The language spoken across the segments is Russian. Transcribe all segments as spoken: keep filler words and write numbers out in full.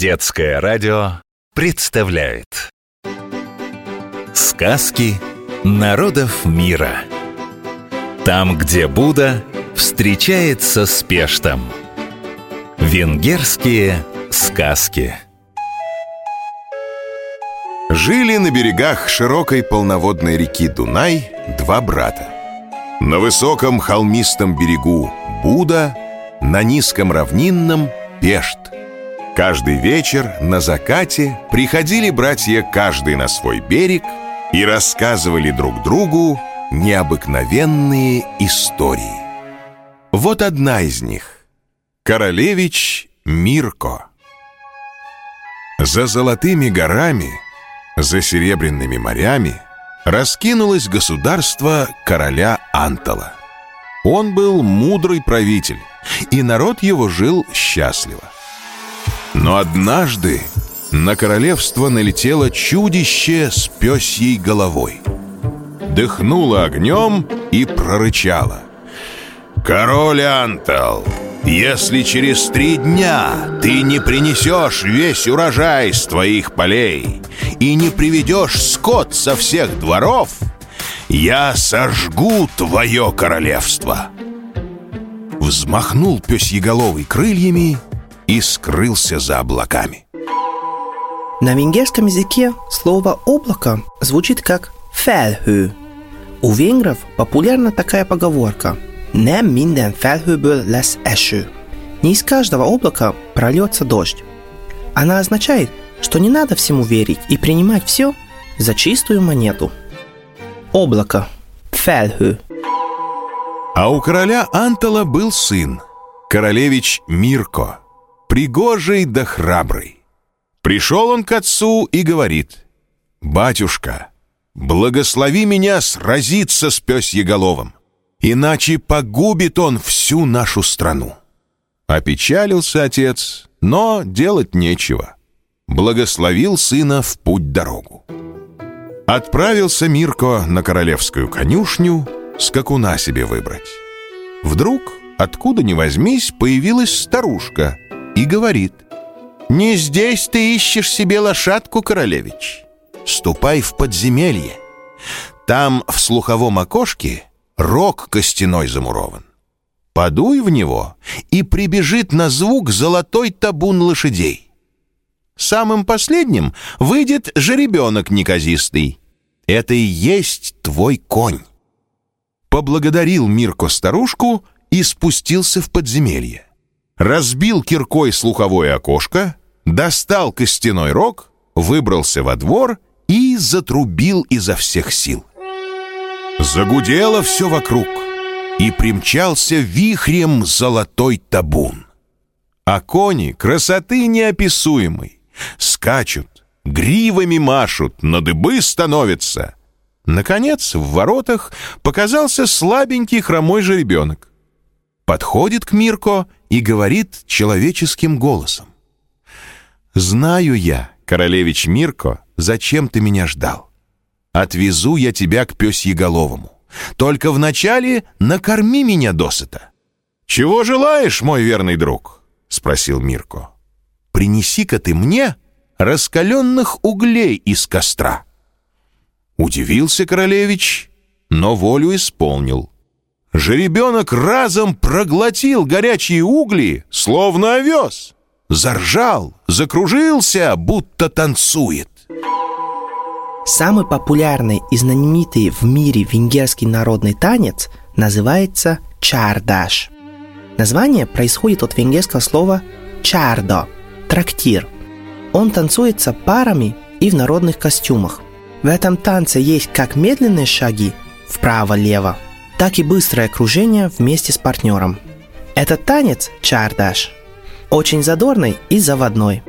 Детское радио представляет сказки народов мира. Там, где Будда встречается с Пештом. Венгерские сказки. Жили на берегах широкой полноводной реки Дунай два брата. На высоком холмистом берегу Будда, на низком равнинном Пешт. Каждый вечер на закате приходили братья каждый на свой берег и рассказывали друг другу необыкновенные истории. Вот одна из них. Королевич Мирко. За золотыми горами, за серебряными морями раскинулось государство короля Антала. Он был мудрый правитель, и народ его жил счастливо. Но однажды на королевство налетело чудище с пёсьей головой. Дыхнуло огнем и прорычало: «Король Антал, если через три дня ты не принесешь весь урожай с твоих полей и не приведешь скот со всех дворов, я сожгу твое королевство». Взмахнул пёсьеголовый крыльями и скрылся за облаками. На венгерском языке слово «облако» звучит как «felhő». У венгров популярна такая поговорка: «Nem minden felhőből lesz eső». Не из каждого облака прольется дождь. Она означает, что не надо всему верить и принимать все за чистую монету. Облако. Felhő. А у короля Антала был сын, королевич Мирко, пригожий да храбрый. Пришел он к отцу и говорит: «Батюшка, благослови меня сразиться с пёсьеголовым, иначе погубит он всю нашу страну». Опечалился отец, но делать нечего. Благословил сына в путь-дорогу. Отправился Мирко на королевскую конюшню скакуна себе выбрать. Вдруг, откуда ни возьмись, появилась старушка и говорит: «Не здесь ты ищешь себе лошадку, королевич. Ступай в подземелье. Там в слуховом окошке рог костяной замурован. Подуй в него, и прибежит на звук золотой табун лошадей. Самым последним выйдет жеребенок неказистый. Это и есть твой конь». Поблагодарил Мирко старушку и спустился в подземелье. Разбил киркой слуховое окошко, достал костяной рог, выбрался во двор и затрубил изо всех сил. Загудело все вокруг, и примчался вихрем золотой табун. А кони красоты неописуемой скачут, гривами машут, на дыбы становятся. Наконец в воротах показался слабенький хромой жеребенок. Подходит к Мирко и говорит человеческим голосом: «Знаю я, королевич Мирко, зачем ты меня ждал. Отвезу я тебя к пёсьеголовому. Только вначале накорми меня досыта». «Чего желаешь, мой верный друг?» — спросил Мирко. «Принеси-ка ты мне раскаленных углей из костра». Удивился королевич, но волю исполнил. Жеребенок разом проглотил горячие угли, словно овес. Заржал, закружился, будто танцует. Самый популярный и знаменитый в мире венгерский народный танец называется чардаш. Название происходит от венгерского слова чардо – трактир. Он танцуется парами и в народных костюмах. В этом танце есть как медленные шаги вправо-лево, так и быстрое кружение вместе с партнером. Этот танец, чардаш, очень задорный и заводной.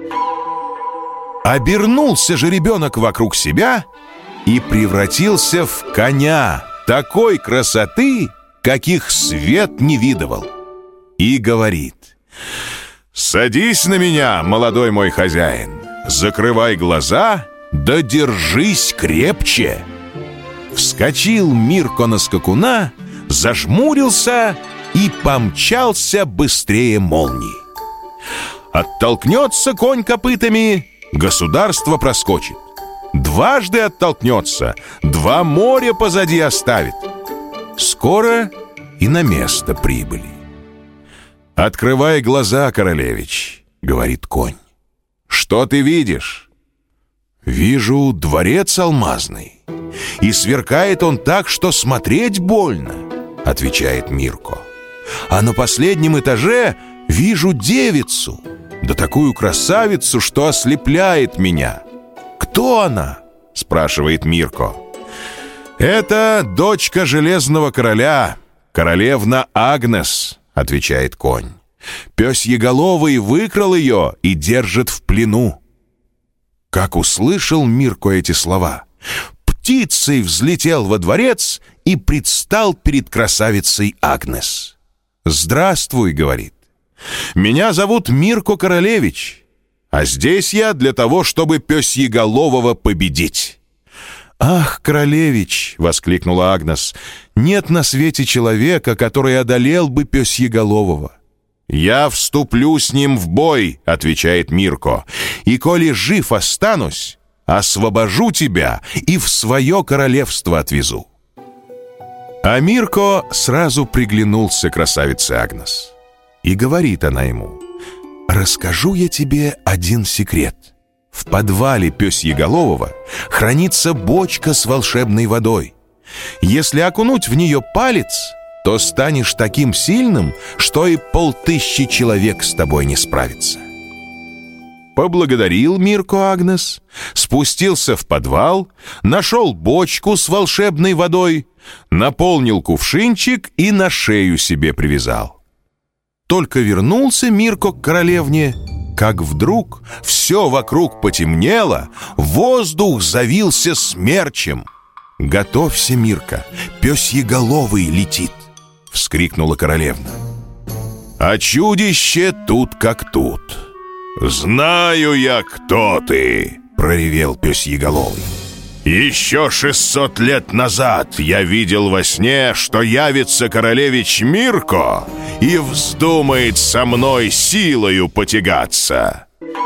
Обернулся жеребенок вокруг себя и превратился в коня такой красоты, каких свет не видывал. И говорит: «Садись на меня, молодой мой хозяин, закрывай глаза, да держись крепче». Вскочил Мирко на скакуна, зажмурился и помчался быстрее молнии. Оттолкнется конь копытами, государство проскочит. Дважды оттолкнется, два моря позади оставит. Скоро и на место прибыли. «Открывай глаза, королевич», — говорит конь. «Что ты видишь?» «Вижу дворец алмазный, и сверкает он так, что смотреть больно», — отвечает Мирко. «А на последнем этаже вижу девицу, да такую красавицу, что ослепляет меня». «Кто она?» — спрашивает Мирко. «Это дочка Железного короля, королевна Агнес», — отвечает конь. «Пёсьеголовый выкрал ее и держит в плену». Как услышал Мирко эти слова, птицей взлетел во дворец и предстал перед красавицей Агнес. «Здравствуй», — говорит. «Меня зовут Мирко Королевич, а здесь я для того, чтобы Пёсьеголового победить». «Ах, королевич!» — воскликнула Агнес. «Нет на свете человека, который одолел бы Пёсьеголового». «Я вступлю с ним в бой», — отвечает Мирко, «и коли жив останусь, освобожу тебя и в свое королевство отвезу». А Мирко сразу приглянулся красавице Агнес. И говорит она ему: «Расскажу я тебе один секрет. В подвале Пёсьеголового хранится бочка с волшебной водой. Если окунуть в нее палец, то станешь таким сильным, что и полтыщи человек с тобой не справится». Поблагодарил Мирко Агнес, спустился в подвал, нашел бочку с волшебной водой, наполнил кувшинчик и на шею себе привязал. Только вернулся Мирко к королевне, как вдруг все вокруг потемнело, воздух завился смерчем. «Готовься, Мирко, Пёсьеголовый летит!» — вскрикнула королевна. А чудище тут как тут. «Знаю я, кто ты!» — проревел Пёсьеголовый. «Еще шестьсот лет назад я видел во сне, что явится королевич Мирко и вздумает со мной силою потягаться».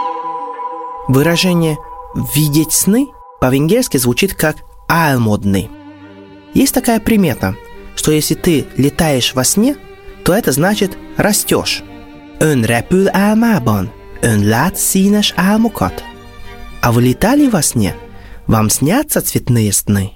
Выражение «видеть сны» по-венгерски звучит как «álmodni». Есть такая примета, что если ты летаешь во сне, то это значит «растешь». «Ön repül álmában, ön lát színes álmokat». А вы летали во сне? Вам снятся цветные сны?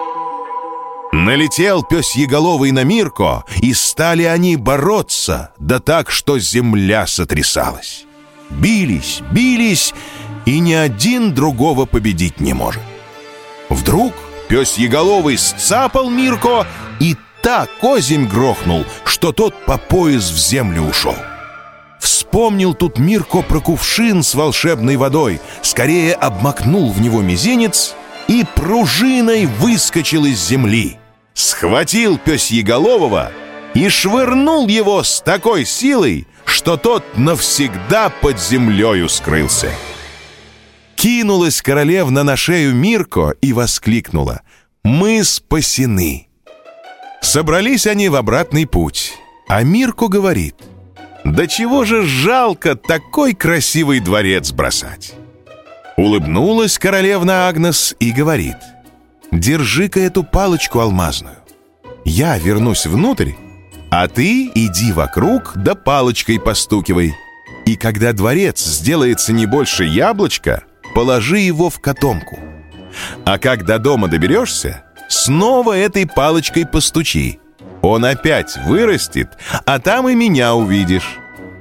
Налетел Пёсьеголовый на Мирко, и стали они бороться, да так, что земля сотрясалась. Бились, бились, и ни один другого победить не может. Вдруг Пёсьеголовый сцапал Мирко и так озимь грохнул, что тот по пояс в землю ушел. Вспомнил тут Мирко про кувшин с волшебной водой, скорее обмакнул в него мизинец и пружиной выскочил из земли. Схватил Пёсьеголового и швырнул его с такой силой, что тот навсегда под землею скрылся. Кинулась королевна на шею Мирко и воскликнула: «Мы спасены!» Собрались они в обратный путь, а Мирко говорит: «Да чего же жалко такой красивый дворец бросать!» Улыбнулась королевна Агнес и говорит: «Держи-ка эту палочку алмазную. Я вернусь внутрь, а ты иди вокруг да палочкой постукивай. И когда дворец сделается не больше яблочка, положи его в котомку. А как до дома доберешься, снова этой палочкой постучи. Он опять вырастет, а там и меня увидишь».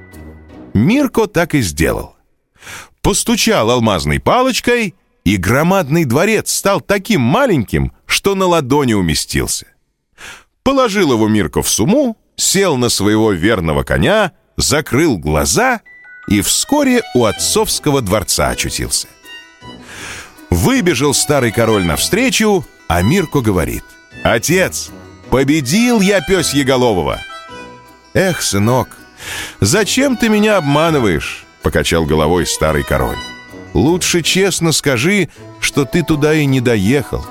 Мирко так и сделал. Постучал алмазной палочкой, и громадный дворец стал таким маленьким, что на ладони уместился. Положил его Мирко в сумму, сел на своего верного коня, закрыл глаза и вскоре у отцовского дворца очутился. Выбежал старый король навстречу, а Мирко говорит: «Отец, победил я Пёсьеголового!» «Эх, сынок, зачем ты меня обманываешь?» — покачал головой старый король. «Лучше честно скажи, что ты туда и не доехал».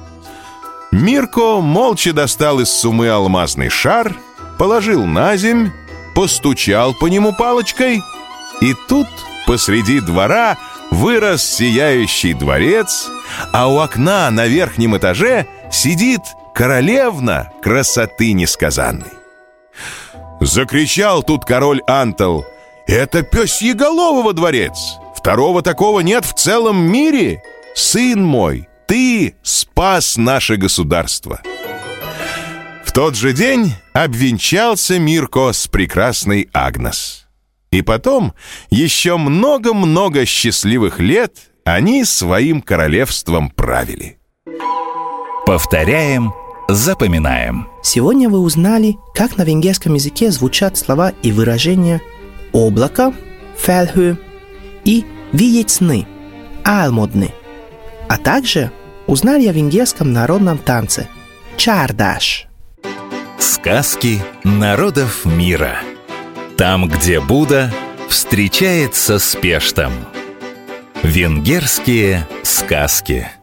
Мирко молча достал из суммы алмазный шар, положил на земь, постучал по нему палочкой, И тут посреди двора вырос сияющий дворец, а у окна на верхнем этаже сидит королевна красоты несказанной. Закричал тут король Антал: «Это Пёсьеголового дворец! Второго такого нет в целом мире! Сын мой, ты спас наше государство!» В тот же день обвенчался Мирко с прекрасной Агнес. И потом еще много-много счастливых лет они своим королевством правили. Повторяем, запоминаем. Сегодня вы узнали, как на венгерском языке звучат слова и выражения «облако» – «фэлхö» и «видеть сны» – «álmodni», а также узнали о венгерском народном танце «чардаш». Сказки народов мира. Там, где Будда встречается с Пештом. Венгерские сказки.